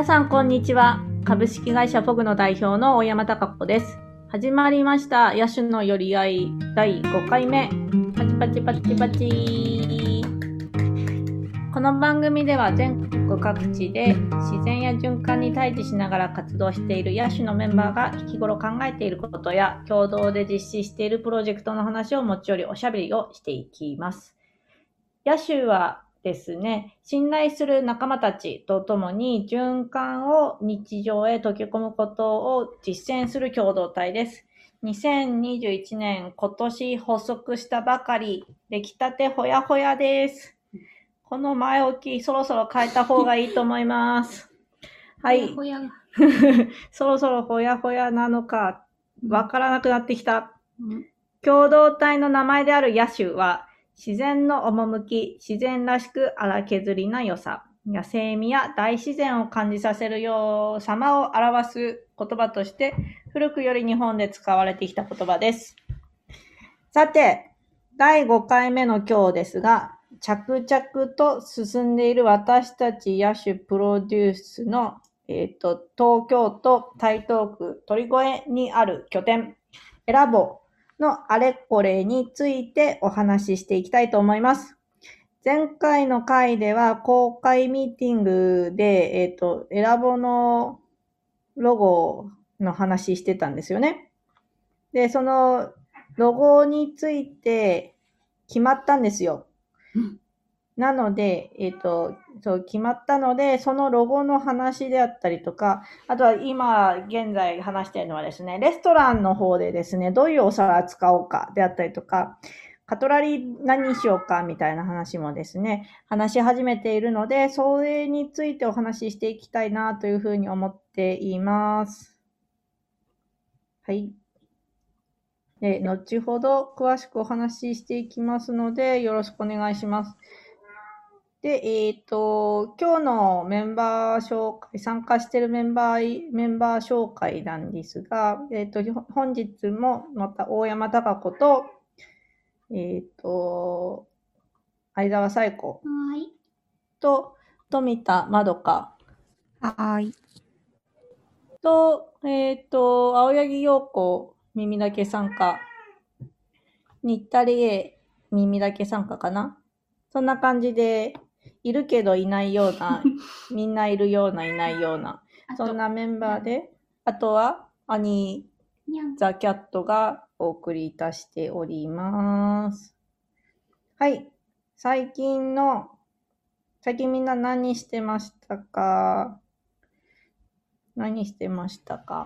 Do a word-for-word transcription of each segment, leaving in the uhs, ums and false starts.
皆さんこんにちは。株式会社フォグの代表の大山貴子です。始まりました野手の寄り合いだいごかいめ。パチパチパチパチ。この番組では全国各地で自然や循環に対峙しながら活動している野手のメンバーが日頃考えていることや共同で実施しているプロジェクトの話を持ち寄りおしゃべりをしていきます。野手はですね、信頼する仲間たちとともに循環を日常へ溶け込むことを実践する共同体です。にせんにじゅういちねん今年発足したばかり、出来たてほやほやです。この前置きそろそろ変えた方がいいと思います。はい。 ほやほやそろそろほやほやなのかわからなくなってきた。 うん、 共同体の名前である野手は、自然の趣、自然らしく荒削りな良さ、野生味や大自然を感じさせるよう様を表す言葉として、古くより日本で使われてきた言葉です。さて、だいごかいめの今日ですが、着々と進んでいる私たち野手プロデュースの、えーと、東京都台東区鳥越にある拠点、エラボのあれこれについてお話ししていきたいと思います。前回の回では公開ミーティングで、えっと、エラボのロゴの話してたんですよね。で、そのロゴについて決まったんですよ。 うんなので、えっと、そう決まったので、そのロゴの話であったりとか、あとは今現在話しているのはですね、レストランの方でですね、どういうお皿使おうかであったりとか、カトラリー何にしようかみたいな話もですね、話し始めているので、それについてお話ししていきたいなというふうに思っています。はい。で、後ほど詳しくお話ししていきますので、よろしくお願いします。で、えっと、今日のメンバー紹介、参加しているメンバー、メンバー紹介なんですが、えっと、本日もまた大山貴子と、えっと、相沢彩子はいと、富田まどかはいと、えっと、青柳陽子、耳だけ参加、新田理恵、耳だけ参加かな。そんな感じで、いるけどいないような、みんないるような、いないような、そんなメンバーで、あとは、アニー・ザ・キャットがお送りいたしております。はい。最近の、最近みんな何してましたか？何してましたか？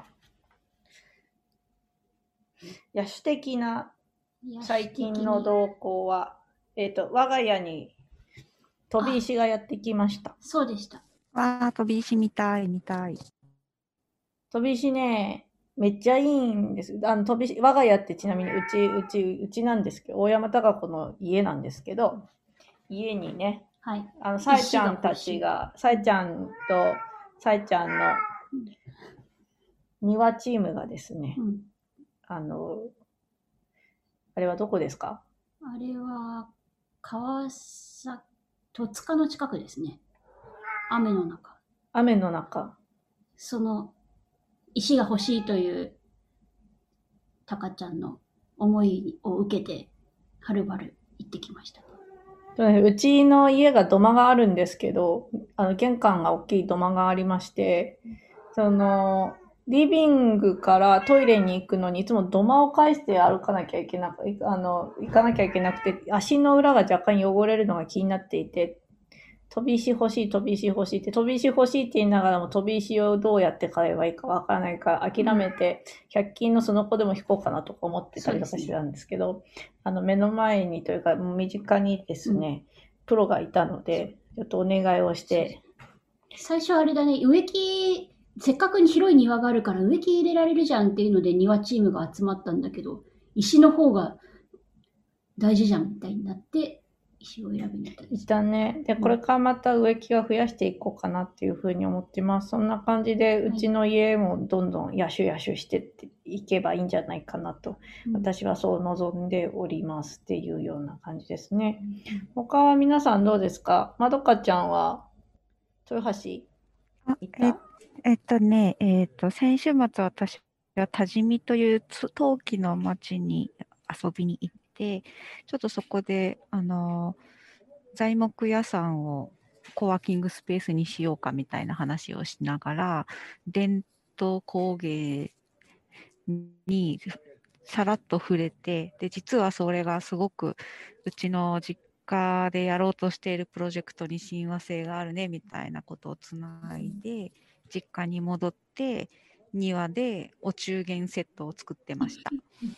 野手的な最近の動向は、えっと、我が家に飛び石がやってきました。 そうでした。 わー、飛び石見たい、見たい。 飛び石ね、めっちゃいいんです。あの、飛び石、我が家ってちなみにうち、うち、うちなんですけど、大山貴子の家なんですけど、家にね、 はい。 あの、さえちゃんたちが、さえちゃんと、さえちゃんの庭チームがですね、 うん、 あの、あれはどこですか？ あれは、川崎、戸塚の近くですね。雨の中。 雨の中。 その、石が欲しいという、タカちゃんの思いを受けて、はるばる行ってきました。 うちの家が土間があるんですけど、あの玄関が大きい土間がありまして、そのリビングからトイレに行くのにいつも土間を返して歩かなきゃいけなく、あの行かなきゃいけなくて、足の裏が若干汚れるのが気になっていて、飛び石欲しい、飛び石欲しいって、飛び石欲しいって言いながらも飛び石をどうやって買えばいいかわからないから諦めて、ひゃく均のその子でも引こうかなとか思ってたりとかしてたんですけど、あの目の前にというか身近にですね、うん、プロがいたので、ちょっとお願いをして。 最初あれだね、植木、せっかくに広い庭があるから植木入れられるじゃんっていうので庭チームが集まったんだけど、石の方が大事じゃんみたいになって、石を選びに行ったんです。 いたね。で、これからまた植木は増やしていこうかなっていうふうに思ってます。そんな感じで、うちの家もどんどん野手野手してっていけばいいんじゃないかなと、うん、私はそう望んでおりますっていうような感じですね。うん、他は皆さんどうですか？まどかちゃんは、豊橋あ、 行っえ、 た？ えっとね、えっと、先週末私は多治見というつ陶器の町に遊びに行って、ちょっとそこで、あの、材木屋さんをコワーキングスペースにしようかみたいな話をしながら、伝統工芸にさらっと触れて、で、実はそれがすごくうちの実家でやろうとしているプロジェクトに親和性があるねみたいなことをつないで、実家に戻って庭でお中元セットを作ってました。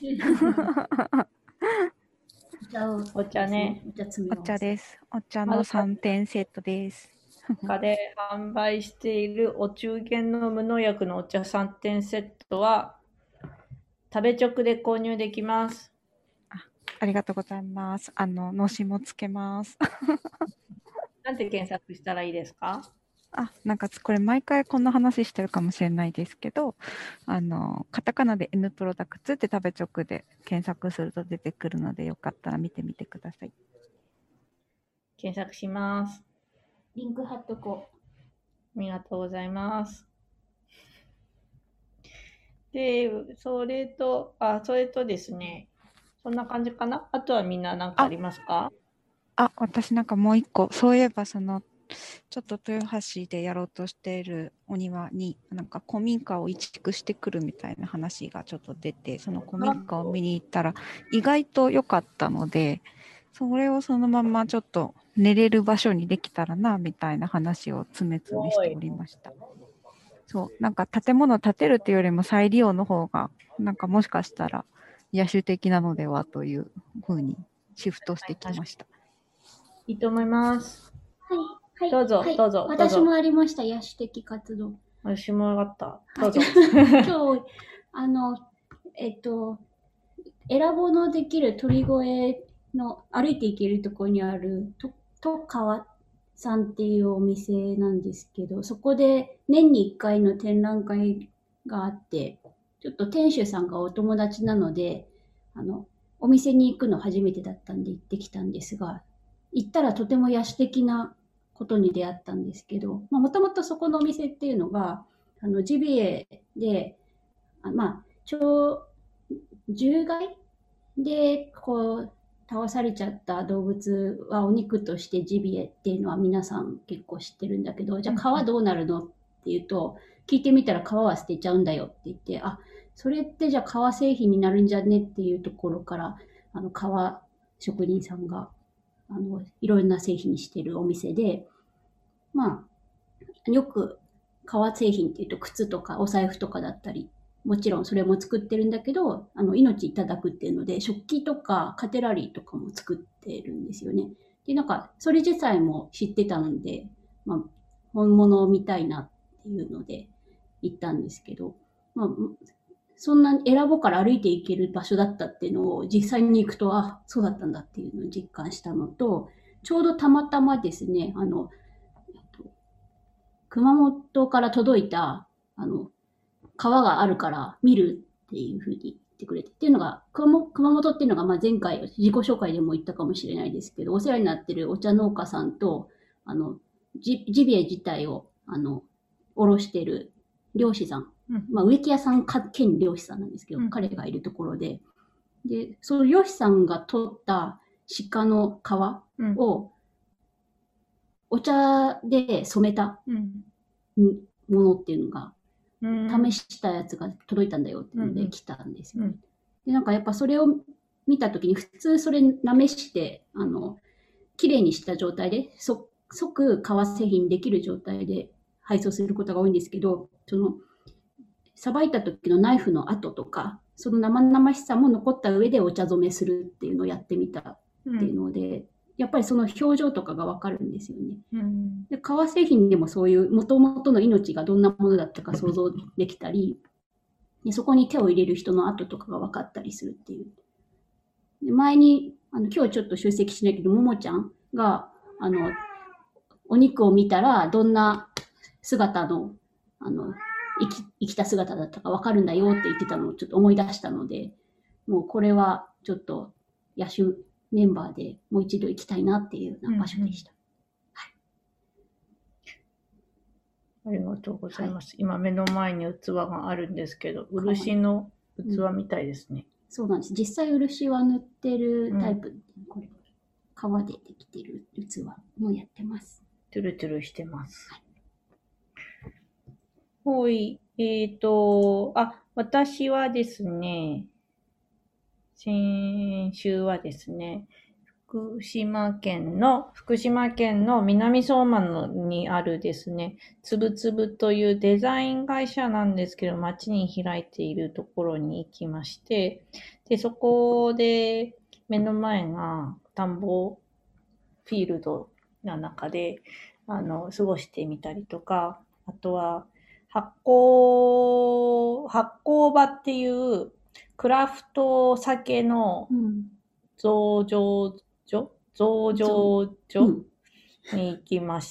お茶をお茶ね。 お茶詰おめ合わせ。 茶です。お茶のまださんてんセットです。 他で販売しているお中元の無農薬のお茶さんてんセットは食べ直で購入できます。 あ、ありがとうございます。あの、のしもつけます。 なんて検索したらいいですか？ あ、なんかこれ毎回こんな話してるかもしれないですけど、あの、カタカナで N プロダクツって食べ直で検索すると出てくるので、よかったら見てみてください。 検索します。 リンク貼っとこありがとうございます。で、それと、あ、それとですね、そんな感じかな。あとはみんな何かああ、 りますか？ あ、私なんかもう一個、そういえばその、ちょっと豊橋でやろうとしているお庭に、なんか古民家を移築してくるみたいな話がちょっと出て、その古民家を見に行ったら意外と良かったので、それをそのままちょっと寝れる場所にできたらな、みたいな話を詰め詰めしておりました。そう、なんか建物建てるっていうよりも再利用の方が、なんかもしかしたら野手的なのではというふうにシフトしてきました。 いいと思います。 う。はい。 どうぞはい、 どうぞどう私ぞ。 もありました、野手的活動。 私もよかった。 はいどうぞ。 今日、あの、えっと、選ぼのできる鳥越の歩いて行けるところにあると、と川さんっていうお店なんですけど、そこで年にいっかいの展覧会があって、ちょっと店主さんがお友達なので、あの、お店に行くの初めてだったんで行ってきたんですが、行ったらとても野手的なことに出会ったんですけど、もともとそこのお店っていうのが、あの、ジビエで、あまあ、超、獣害で、こう、倒されちゃった動物はお肉としてジビエっていうのは皆さん結構知ってるんだけど、じゃあ皮どうなるのっていうと、聞いてみたら皮は捨てちゃうんだよって言って、あ、それってじゃあ皮製品になるんじゃねっていうところから、あの、皮職人さんが、あの、いろんな製品にしてるお店で、まあ、よく革製品っていうと靴とかお財布とかだったり、もちろんそれも作ってるんだけど、あの、命いただくっていうので、食器とかカテラリーとかも作ってるんですよね。で、なんか、それ自体も知ってたので、まあ、本物を見たいなっていうので行ったんですけど、まあ、そんな選ぼうから歩いて行ける場所だったっていうのを実際に行くと、あ、そうだったんだっていうのを実感したのと、ちょうどたまたまですね、あの、熊本から届いた、あの、川があるから見るっていうふうに言ってくれて。っていうのが、熊本っていうのが、まあ前回自己紹介でも言ったかもしれないですけど、お世話になってるお茶農家さんと、あの、ジジビエ自体を、あの、おろしてる漁師さん。 うん、 まあ植木屋さんか兼漁師さんなんですけど、うん、彼がいるところで、で、その漁師さんが取った鹿の皮を、お茶で染めたものっていうのが、試したやつが届いたんだよっていうので来たんですよね。で、なんかやっぱそれを見たときに、普通それなめして、あの、綺麗にした状態で、そ即革製品できる状態で配送することが多いんですけど、その、さばいた時のナイフの跡とか、その生々しさも残った上でお茶染めするっていうのをやってみたっていうので、うん、やっぱりその表情とかがわかるんですよね。うん、で、革製品でもそういう元々の命がどんなものだったか想像できたり、でそこに手を入れる人の跡とかが分かったりするっていう。で前に、あの今日ちょっと出席しないけど、ももちゃんが、あの、お肉を見たらどんな姿の、あの、生き生きた姿だったか分かるんだよって言ってたのをちょっと思い出したので、もうこれはちょっと野手メンバーでもう一度行きたいなっていうような場所でした。うんうん、 ありがとうございます。はい、今目の前に器があるんですけど、漆の器みたいですね。 うん、そうなんです。実際漆は塗ってるタイプ、うん、これ革でできてる器もやってます。 トゥルトゥルしてます。はい。えっと、あ、私はですね、先週はですね、福島県の、福島県の南相馬のにあるですね、つぶつぶというデザイン会社なんですけど、街に開いているところに行きまして、で、そこで目の前が田んぼフィールドの中で、あの、過ごしてみたりとか、あとは、発酵、発酵場っていうクラフト酒の増上所、増上所に行きまして、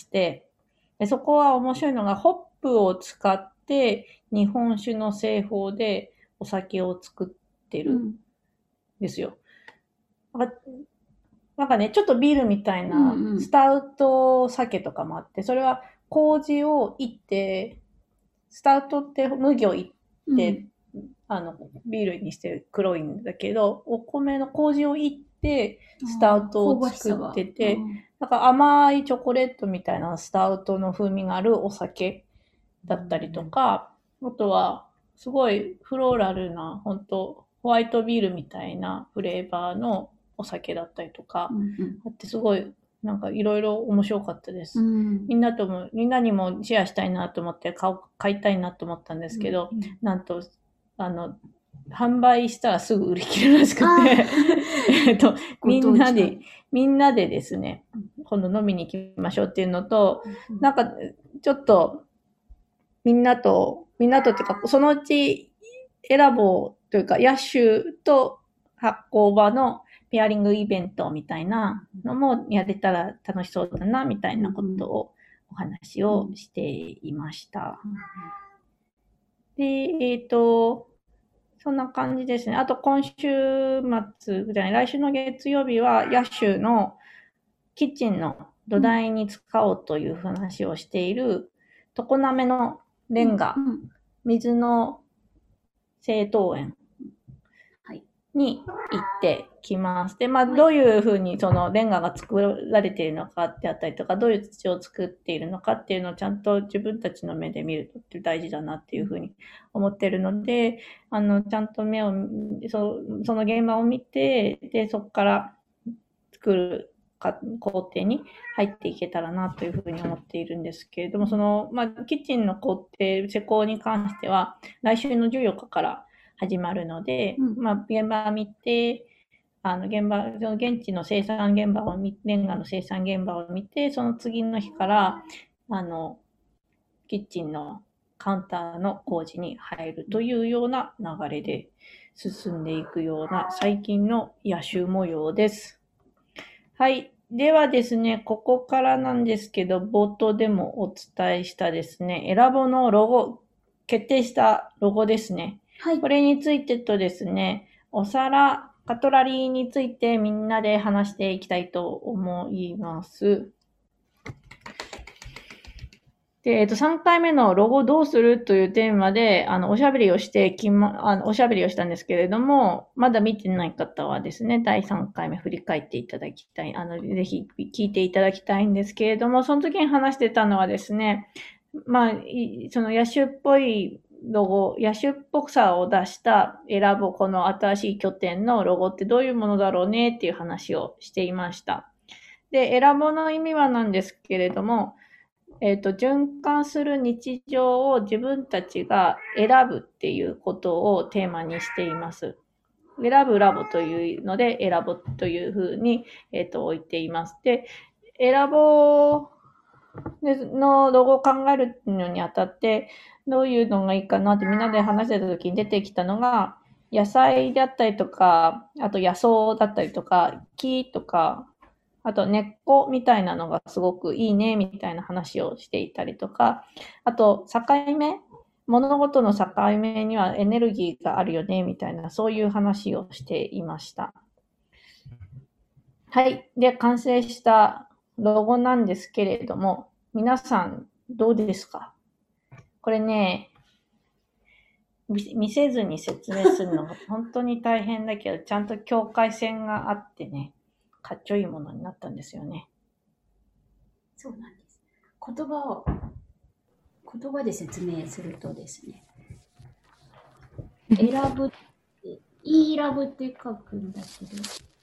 でそこは面白いのが、ホップを使って日本酒の製法でお酒を作ってるんですよ。うん、なんかね、ちょっとビールみたいなスタウト酒とかもあって、それは麹をいって、スタウトって麦をいって、うん、あの、ビールにして黒いんだけど、お米の麹をいって、スタウトを作ってて、なんか甘いチョコレートみたいなスタウトの風味があるお酒だったりとか、あとは、すごいフローラルな、本当ホワイトビールみたいなフレーバーのお酒だったりとか、うんうん、あってすごい、なんかいろいろ面白かったです、うん。みんなとも、みんなにもシェアしたいなと思って買う、買いたいなと思ったんですけど、うんうん、なんと、あの、販売したらすぐ売り切れるらしくて、えっと、みんなで、みんなでですね、今度飲みに行きましょうっていうのと、うん、なんか、ちょっと、みんなと、みんなとっていうか、そのうち選ぼうというか、野手と発酵場のペアリングイベントみたいなのもやれたら楽しそうだな、みたいなことをお話をしていました。で、えっと、そんな感じですね。あと今週末じゃない、来週の月曜日は野手のキッチンの土台に使おうという話をしている常滑のレンガ、水の製陶園に行ってきます。で、まあ、どういうふうにそのレンガが作られているのかってあったりとか、どういう土を作っているのかっていうのをちゃんと自分たちの目で見るとって大事だなっていうふうに思ってるので、あの、ちゃんと目を、そその現場を見て、で、そこから作る工程に入っていけたらなというふうに思っているんですけれども、その、まあ、キッチンの工程、施工に関しては、来週のじゅうよっかから始まるので、うん、まあ、現場を見て、あの、現場、その現地の生産現場を見て、レンガの生産現場を見て、その次の日から、あの、キッチンのカウンターの工事に入るというような流れで進んでいくような最近の野手模様です。はい。ではですね、ここからなんですけど、冒頭でもお伝えしたですね、エラボのロゴ、決定したロゴですね。はい。これについてとですね、お皿、カトラリーについてみんなで話していきたいと思います。で、えっと、さんかいめのロゴどうするというテーマで、あの、おしゃべりをしてきま、あの、おしゃべりをしたんですけれども、まだ見てない方はですね、だいさんかいめ振り返っていただきたい、あの、ぜひ聞いていただきたいんですけれども、その時に話してたのはですね、まあ、その野手っぽいロゴ、野手っぽさを出した選ぶこの新しい拠点のロゴってどういうものだろうねっていう話をしていました。で、選ぼの意味はなんですけれども、えっと、循環する日常を自分たちが選ぶっていうことをテーマにしています。選ぶラボというので、選ぼというふうに、えっと、置いています。で、選ぼのロゴを考えるのにあたって、どういうのがいいかなってみんなで話してた時に出てきたのが、野菜だったりとか、あと野草だったりとか、木とか、あと根っこみたいなのがすごくいいねみたいな話をしていたりとか、あと境目、物事の境目にはエネルギーがあるよねみたいな、そういう話をしていました。はい。で、完成したロゴなんですけれども、皆さんどうですか？ これね、見見せずに説明するのが本当に大変だけど、ちゃんと境界線があってね、かっちょいいものになったんですよね。 そうなんです。言葉を、言葉で説明するとですね、選ぶって、いい選ぶって書くんだけど、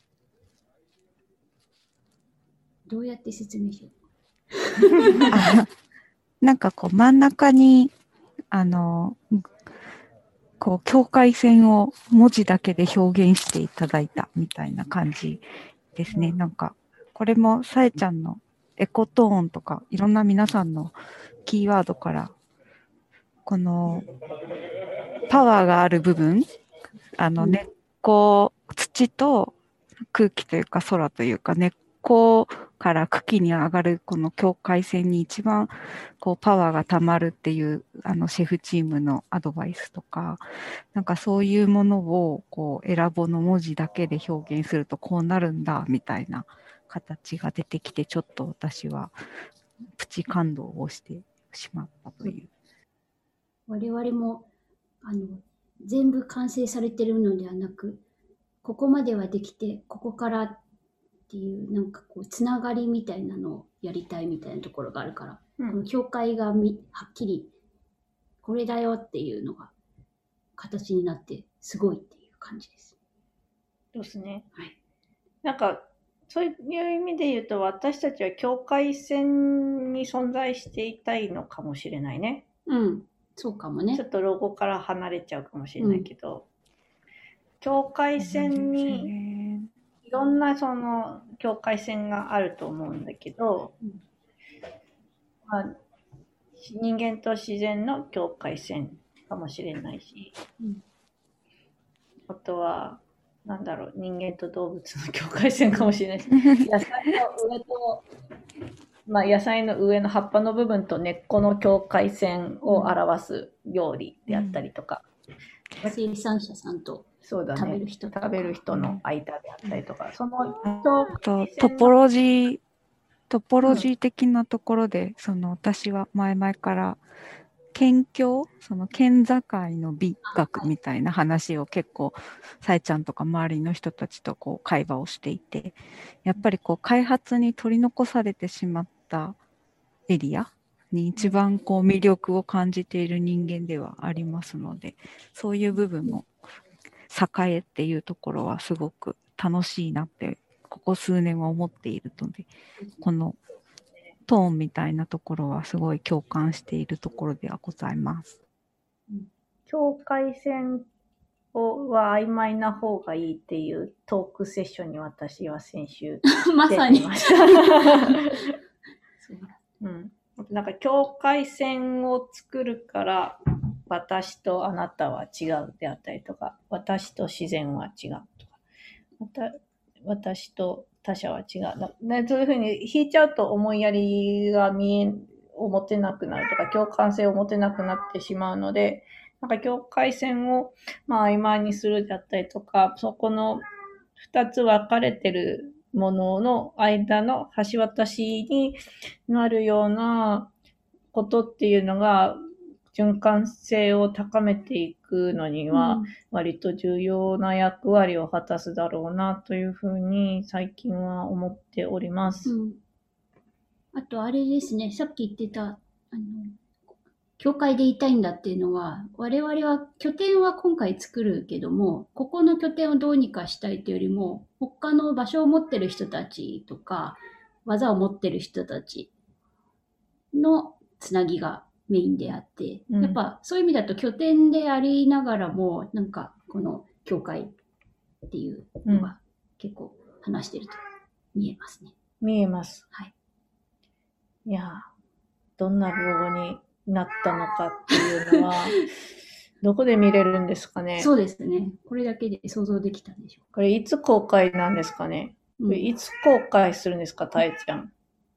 どうやって説明しよう。 あなんかこう真ん中に、あの、こう境界線を文字だけで表現していただいたみたいな感じですね。 うんなんか、これもさえちゃんのエコトーンとか、いろんな皆さんのキーワードから、このパワーがある部分、あの根っこ、土と空気というか空というか根っこから茎に上がるこの境界線に一番こうパワーがたまるっていうあのシェフチームのアドバイスとか、なんかそういうものをこう選ぼの文字だけで表現するとこうなるんだみたいな形が出てきて、ちょっと私はプチ感動をしてしまったという。 我々もあの全部完成されてるのではなく、ここまではできて、ここからっていうなんかこうつながりみたいなのをやりたいみたいなところがあるから、 うんこの境界がみはっきりこれだよっていうのが形になってすごいっていう感じです。 そうですね。 はい。 なんか、そういう意味で言うと、私たちは境界線に存在していたいのかもしれないね。 うん、そうかもね。 ちょっとロゴから離れちゃうかもしれないけど、境界線にいろんなその境界線があると思うんだけど、 うんまあ、人間と自然の境界線かもしれないし、 うんあとは、なんだろう、人間と動物の境界線かもしれないし、野菜の上と、まあ、野菜の上の葉っぱの部分と根っこの境界線を表す料理であったりとか、 生産者さんとそうだね、 食べる人とか食べる人の間であったりとか、そのあ境と界線のトポロジートポロジー的なところで、うん、その私は前々から県境、その県境の美学みたいな話を結構さえちゃんとか周りの人たちとこう会話をしていて、やっぱりこう開発に取り残されてしまったエリアに一番こう魅力を感じている人間ではありますので、そういう部分も栄っていうところはすごく楽しいなってここ数年は思っているので、このトーンみたいなところはすごい共感しているところではございます。 境界線は曖昧な方がいいっていうトークセッションに私は先週まさにましたうん、なんか境界線を作るから私とあなたは違うであったりとか、私と自然は違うとか、また私と他者は違う。ね、そういうふうに引いちゃうと思いやりが見え、を持てなくなるとか、共感性を持てなくなってしまうので、なんか境界線をまあ曖昧にするであったりとか、そこの二つ分かれてるものの間の橋渡しになるようなことっていうのが、循環性を高めていくのには、割と重要な役割を果たすだろうなというふうに最近は思っております。 うん、あとあれですね、さっき言ってた、あの、教会で言いたいんだっていうのは、我々は拠点は今回作るけども、ここの拠点をどうにかしたいというよりも、他の場所を持ってる人たちとか、技を持ってる人たちのつなぎがメインであって、うん、やっぱそういう意味だと拠点でありながらも、なんかこの教会っていうのが結構話してると見えますね。 見えます。 はい。 いや、どんなロゴになったのかっていうのは、どこで見れるんですかね。 そうですね。これだけで想像できたんでしょう。 これいつ公開なんですかね。これいつ公開するんですか、たいちゃん。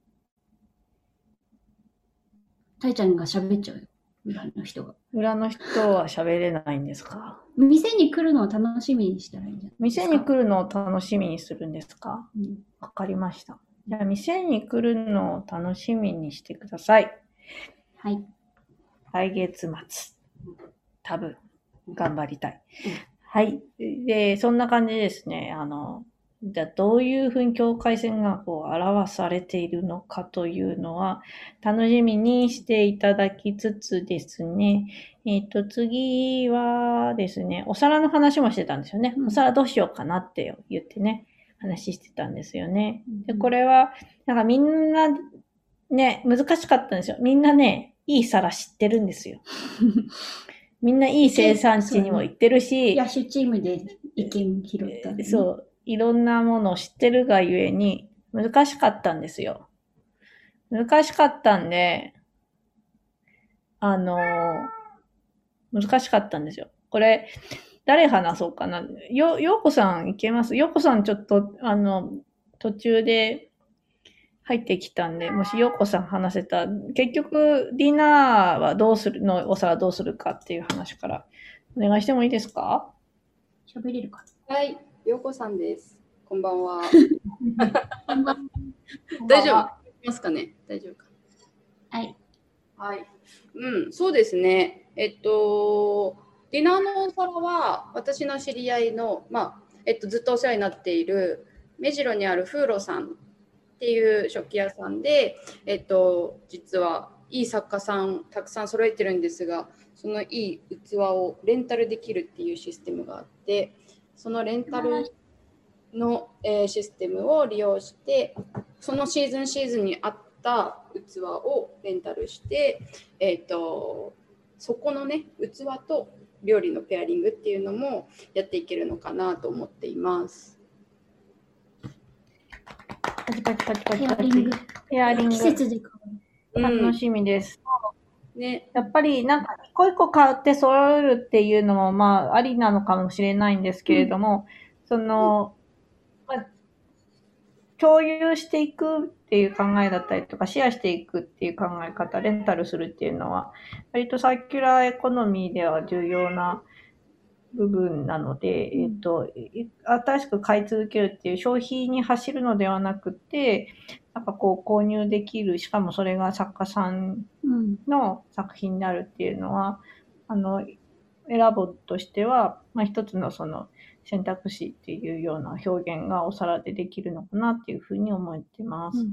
たいちゃんが喋っちゃうよ。裏の人が。 裏の人は喋れないんですか。 店に来るのを楽しみにしたらいいんじゃないですか。 店に来るのを楽しみにするんですか。わ、うん、かりました。じゃあ店に来るのを楽しみにしてください。 はい。 来月末。多分、頑張りたい。はい。で、そんな感じですね。あの、じゃあどういうふうに境界線がこう表されているのかというのは楽しみにしていただきつつですね、えっと、次はですね、お皿の話もしてたんですよね。 うんお皿どうしようかなって言ってね、話してたんですよね。で、 うんこれは、なんかみんなね、難しかったんですよ。みんなね、いい皿知ってるんですよ。みんないい生産地にも行ってるし、 野手チームで意見拾ったんで、ね。 そう、いろんなものを知ってるがゆえに難しかったんですよ。難しかったんで、あのー、難しかったんですよ。これ、誰話そうかな。よ、ようこさんいけます？ようこさんちょっと、あの、途中で入ってきたんで、もしようこさん話せた、結局、ディナーはどうするの、お皿どうするかっていう話からお願いしてもいいですか？ 喋れるかはい、ようこさんです。こんばんは。 こんばんは。 大丈夫？いますかね？大丈夫か。 はい。 はい。うん、そうですね。えっと、ディナーのお皿は、私の知り合いの、まあ、えっと、ずっとお世話になっている、目白にあるフーロさんっていう食器屋さんで、えっと、実はいい作家さんたくさん揃えてるんですが、そのいい器をレンタルできるっていうシステムがあって、そのレンタルの、えーシステムを利用して、そのシーズンシーズンに合った器をレンタルして、えーと、そこのね、器と料理のペアリングっていうのもやっていけるのかなと思っています。 パチパチパチパチペアパチリング。 ペアリング。 季節で変わる。 楽しみです。 うん、ね、 やっぱりなんか一個一個買って揃えるっていうのもまあありなのかもしれないんですけれども、うん、その、まあ、共有していくっていう考えだったりとか、シェアしていくっていう考え方、レンタルするっていうのは、割とサーキュラーエコノミーでは重要な部分なので、えっと、新しく買い続けるっていう消費に走るのではなくて、なんかこう購入できる、しかもそれが作家さんの作品になるっていうのは、うん、あの、選ぼうとしては、まあ、一つのその選択肢っていうような表現がお皿でできるのかなっていうふうに思ってます。うん、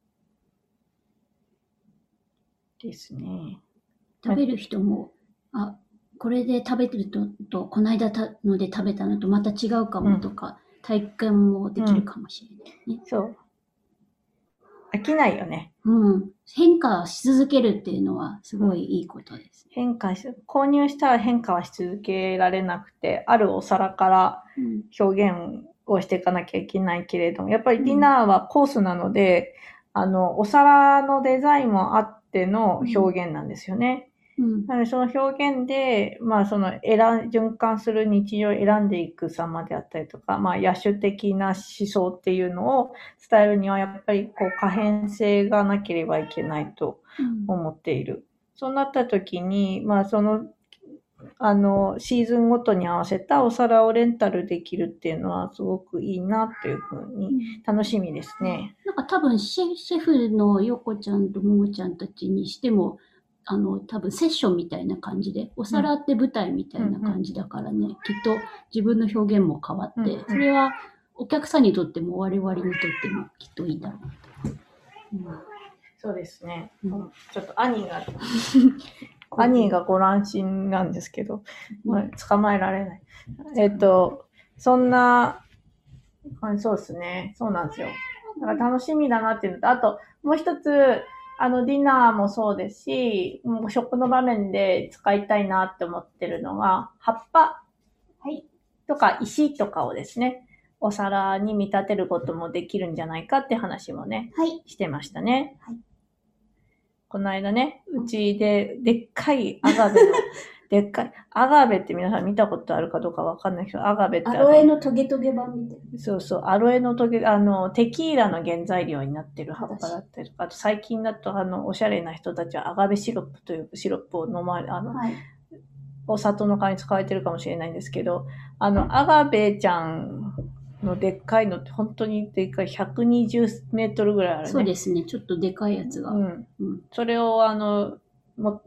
ですね。 食べる人も、あ、これで食べてると、とこの間たので食べたのとまた違うかもとか、うん、体験もできるかもしれないね。 うん、そう。飽きないよね。 うん。変化し続けるっていうのはすごいいいことです。 うん、変化し、購入したら変化はし続けられなくて、あるお皿から表現をしていかなきゃいけないけれども、やっぱりディナーはコースなので、うん、あの、お皿のデザインもあっての表現なんですよね。うん、なのでその表現で、まあその選、循環する日常を選んでいく様であったりとか、まあ野手的な思想っていうのを伝えるにはやっぱりこう可変性がなければいけないと思っている。うん、そうなった時に、まあその、あの、シーズンごとに合わせたお皿をレンタルできるっていうのはすごくいいなっていうふうに楽しみですね。 うん、なんか多分シェ、シェフのヨコちゃんとモモちゃんたちにしても、あの、多分セッションみたいな感じで、お皿って舞台みたいな感じだからね、うんうん、きっと自分の表現も変わって、うんうん、それはお客さんにとっても我々にとってもきっといいだろうと。 うん、そうですね。うん、ちょっと兄が、兄がご乱心なんですけど、まあ、捕まえられない。えっと、そんな、そうですね。そうなんですよ。だから楽しみだなっていうのと、あと、もう一つ、あの、ディナーもそうですし、もう食の場面で使いたいなって思ってるのが、葉っぱとか石とかをですね、お皿に見立てることもできるんじゃないかって話もね、 はい、 してましたね。はい、この間ね、うちででっかいアガベの、でっかい、アガベって皆さん見たことあるかどうかわかんないけど、アガベってアロエのトゲトゲ版みたいな。 そうそう、アロエのトゲ、あの、テキーラの原材料になってる葉っぱだったりとか、あと最近だとあの、おしゃれな人たちはアガベシロップというシロップを飲まれ、あの、はい、お砂糖の代わりに使われてるかもしれないんですけど、あの、アガベちゃんのでっかいのって本当にでっかいひゃくにじゅうメートルぐらいあるね。 そうですね、ちょっとでかいやつが。 うん。うん、それをあの、も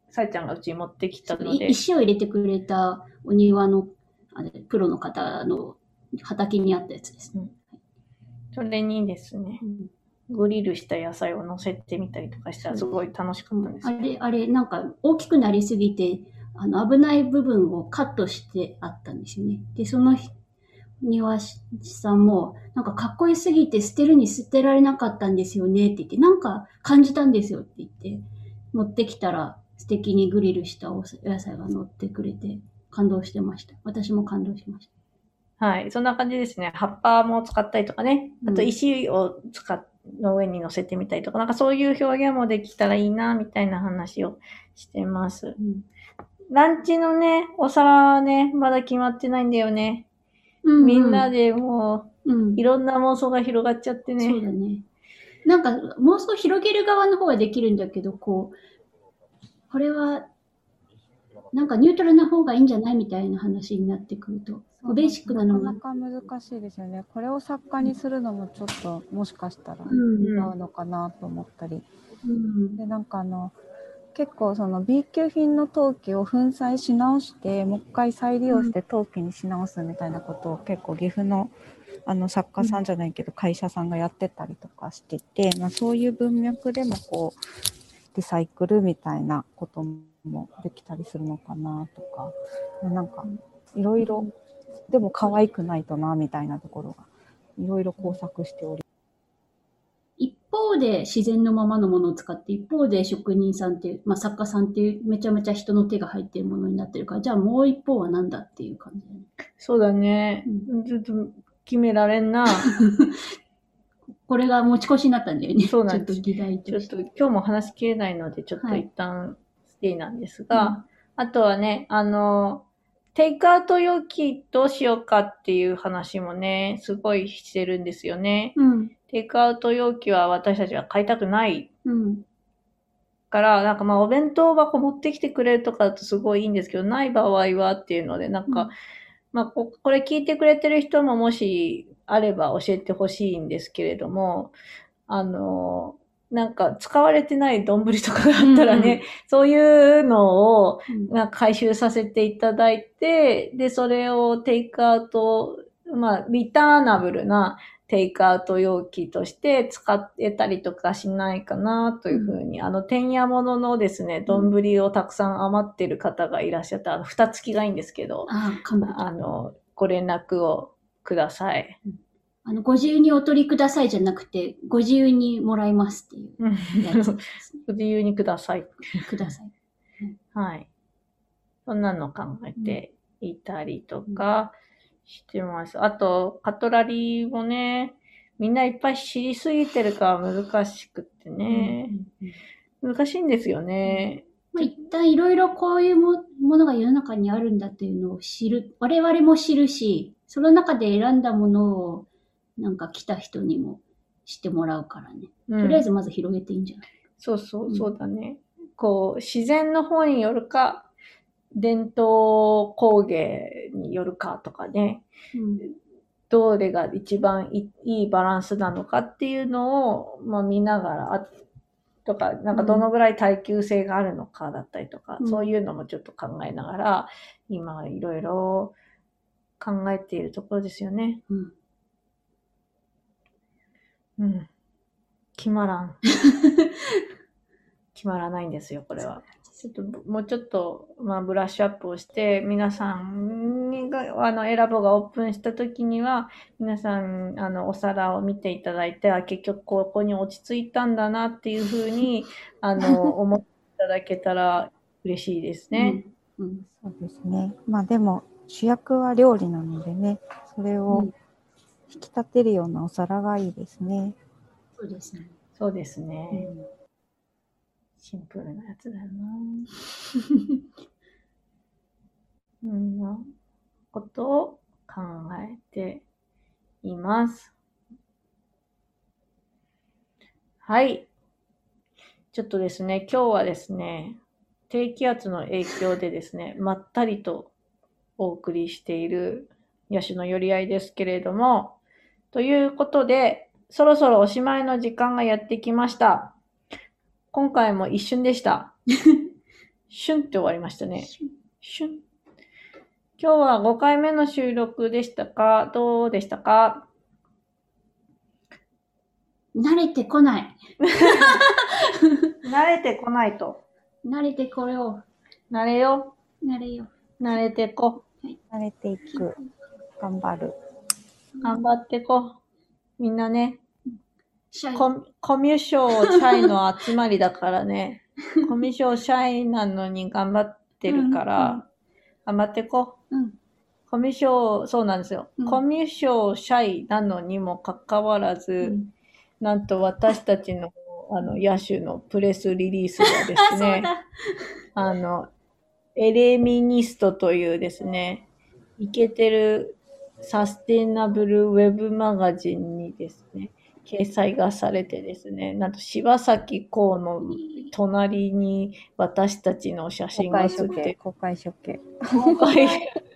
さえちゃんがうちに持ってきたので。 石を入れてくれたお庭のあれプロの方の畑にあったやつですね。うん、 それにですね、うん、グリルした野菜を乗せてみたりとかしたらすごい楽しかったんです、 うん、あれ、あれ、なんか大きくなりすぎて、あの、危ない部分をカットしてあったんですよね。で、その庭師さんも、なんかかっこよすぎて捨てるに捨てられなかったんですよねって言って、なんか感じたんですよって言って、持ってきたら素敵にグリルしたお野菜が乗ってくれて、感動してました。私も感動しました。 はい。そんな感じですね。葉っぱも使ったりとかね。あと石を使っ、の上に乗せてみたりとか、なんかそういう表現もできたらいいな、みたいな話をしてます。うん、ランチのね、お皿ね、まだ決まってないんだよね。うんうん、みんなでもう、うん、いろんな妄想が広がっちゃってね。 そうだね。なんか妄想広げる側の方はできるんだけど、こう、これは、なんかニュートラルな方がいいんじゃないみたいな話になってくると、ベーシックなのが。 なかなか難しいですよね。これを作家にするのもちょっと、もしかしたら違うのかなと思ったり。うん、で、なんかあの、結構その B 級品の陶器を粉砕し直して、もう一回再利用して陶器にし直すみたいなことを結構岐阜のあの作家さんじゃないけど会社さんがやってたりとかしてて、まあ、そういう文脈でもこうリサイクルみたいなこともできたりするのかなとか、なんかいろいろでも可愛くないとなみたいなところがいろいろ工作しており、 一方で自然のままのものを使って、一方で職人さんっていう、まあ、作家さんっていうめちゃめちゃ人の手が入っているものになってるから、じゃあもう一方は何だっていう感じだね。 そうだね。うん、ずっと決められんな。 これが持ち越しになったんだよね。 そうなんです。 ちょっと議題として。 ちょっと今日も話しきれないので、ちょっと一旦ステイなんですが、はい、あとはね、あの、テイクアウト容器どうしようかっていう話もね、すごいしてるんですよね。うん、テイクアウト容器は私たちは買いたくない。うん、から、なんかまあお弁当箱持ってきてくれるとかだとすごいいいんですけど、ない場合はっていうので、なんか、うん、まあこ、これ聞いてくれてる人ももしあれば教えてほしいんですけれども、あの、なんか使われてない丼とかがあったらね、うんうん、そういうのをなんか回収させていただいて、で、それをテイクアウト、まあ、リターナブルなテイクアウト容器として使えたりとかしないかなというふうに、うん、あの、てんやもののですね、丼をたくさん余ってる方がいらっしゃった、あの、蓋付きがいいんですけど、 あ, あの、ご連絡をください。 うん、あの、ご自由にお取りくださいじゃなくて、ご自由にもらいますっていうやつですね。 ご自由にください。 ください。 はい。そんなの考えていたりとかしてます。あと、カトラリーもね、みんないっぱい知りすぎてるから難しくってね。うんうんうん、難しいんですよね。 まあ、一旦いろいろこういうものが世の中にあるんだっていうのを知る。我々も知るし、その中で選んだものをなんか来た人にも知ってもらうからね。うん、とりあえずまず広げていいんじゃない？ そうそう、そうだね。うん、こう、自然の方によるか、伝統工芸によるかとかね。うん、どれが一番いいバランスなのかっていうのを、まあ、見ながら、あとか、なんかどのぐらい耐久性があるのかだったりとか、うん、そういうのもちょっと考えながら、今いろいろ考えているところですよね。うんうん。決まらん。決まらないんですよ、これは。ちょっと、もうちょっと、まあ、ブラッシュアップをして、皆さんが、あの、選ぶがオープンした時には、皆さん、あの、お皿を見ていただいて、あ、結局ここに落ち着いたんだなっていうふうに、あの、思っていただけたら嬉しいですね。 うんうん、そうですね。まあでも、主役は料理なのでね、それを、うん引き立てるようなお皿がいいですね。 そうですね。 そうですね。うん、シンプルなやつだよな。そんなことを考えています。はい。ちょっとですね、今日はですね、低気圧の影響でですね、まったりとお送りしている野手の寄り合いですけれども、ということで、そろそろおしまいの時間がやってきました。今回も一瞬でした。 シュンって終わりましたね。シュン。今日はごかいめの収録でしたか？どうでしたか？ 慣れてこない。 慣れてこないと。 慣れてこよ慣れよ。 う。慣れよ慣れてこ。 慣れていく。頑張る。 頑張ってこ。みんなね、 う。シャイ。 ココミュ障社員の集まりだからね。コミュ障社員なのに頑張ってるかうんうんら、頑張ってこ。 うん。 コミュ障、そうなんですよ。 うんコミュ障社員なのにもかかわらず、 うんなんと私たちのあの野手のプレスリリースがであ、 すそうね、 だ。 あの、エレミニストというですね、イケてるサステナブルウェブマガジンにですね、掲載がされてですね、なんと柴咲コウの隣に私たちの写真公開処刑、 が写って、 公開処刑。 公開、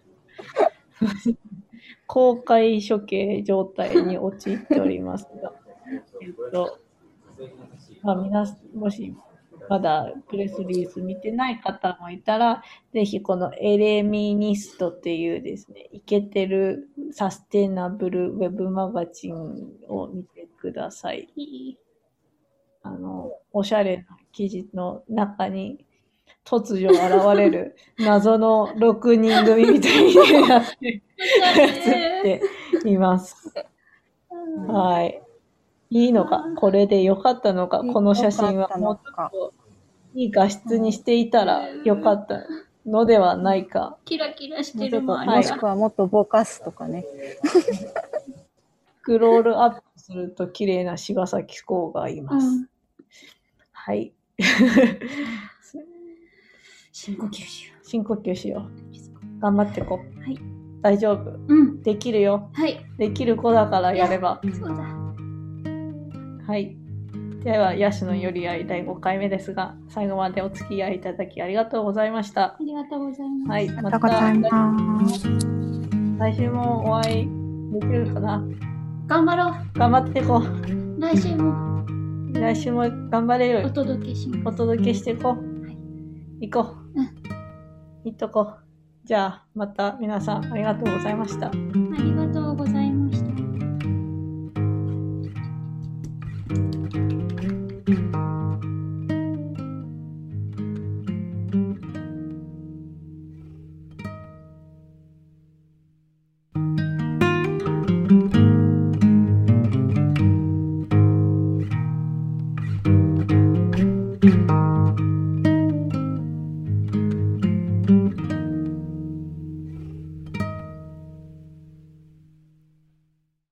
公開処刑状態に陥っておりますが、えっと、まあ、皆さん、もしまだプレスリリース見てない方もいたら、ぜひこのエレミニストっていうですね、イケてるサステナブルウェブマガジンを見てください。 いい。 あの、おしゃれな記事の中に突如現れる謎のろくにん組みたいになって映っています。はい。いいのか、これで良かったのか、この写真はもうちょっといい画質にしていたら良かったのではないか。 キラキラしもうちょっと、 てるもあもしるくはもっとぼかすとかね。 スクロールアップすると綺麗な柴咲コウがいます。 うん。 はい。 深呼吸しよ深呼吸しよう。頑張ってこう。 はい。 大丈夫。 う。うん。 できるよ。 はい。 できる子だからやれば。 そうだ。 はい。では、ヤシの寄り合いだいごかいめですが、最後までお付き合いいただきありがとうございました。 ありがとうございます。 はい。 ありがとうございます。 来週もお会いできるかな。 頑張ろう。 頑張っていこう。 来週も来週も頑張れおる。 届けします。 お届けしていこう。行こう。 うん。 行っとこう。じゃあ、また皆さんありがとうございました。 ありがとう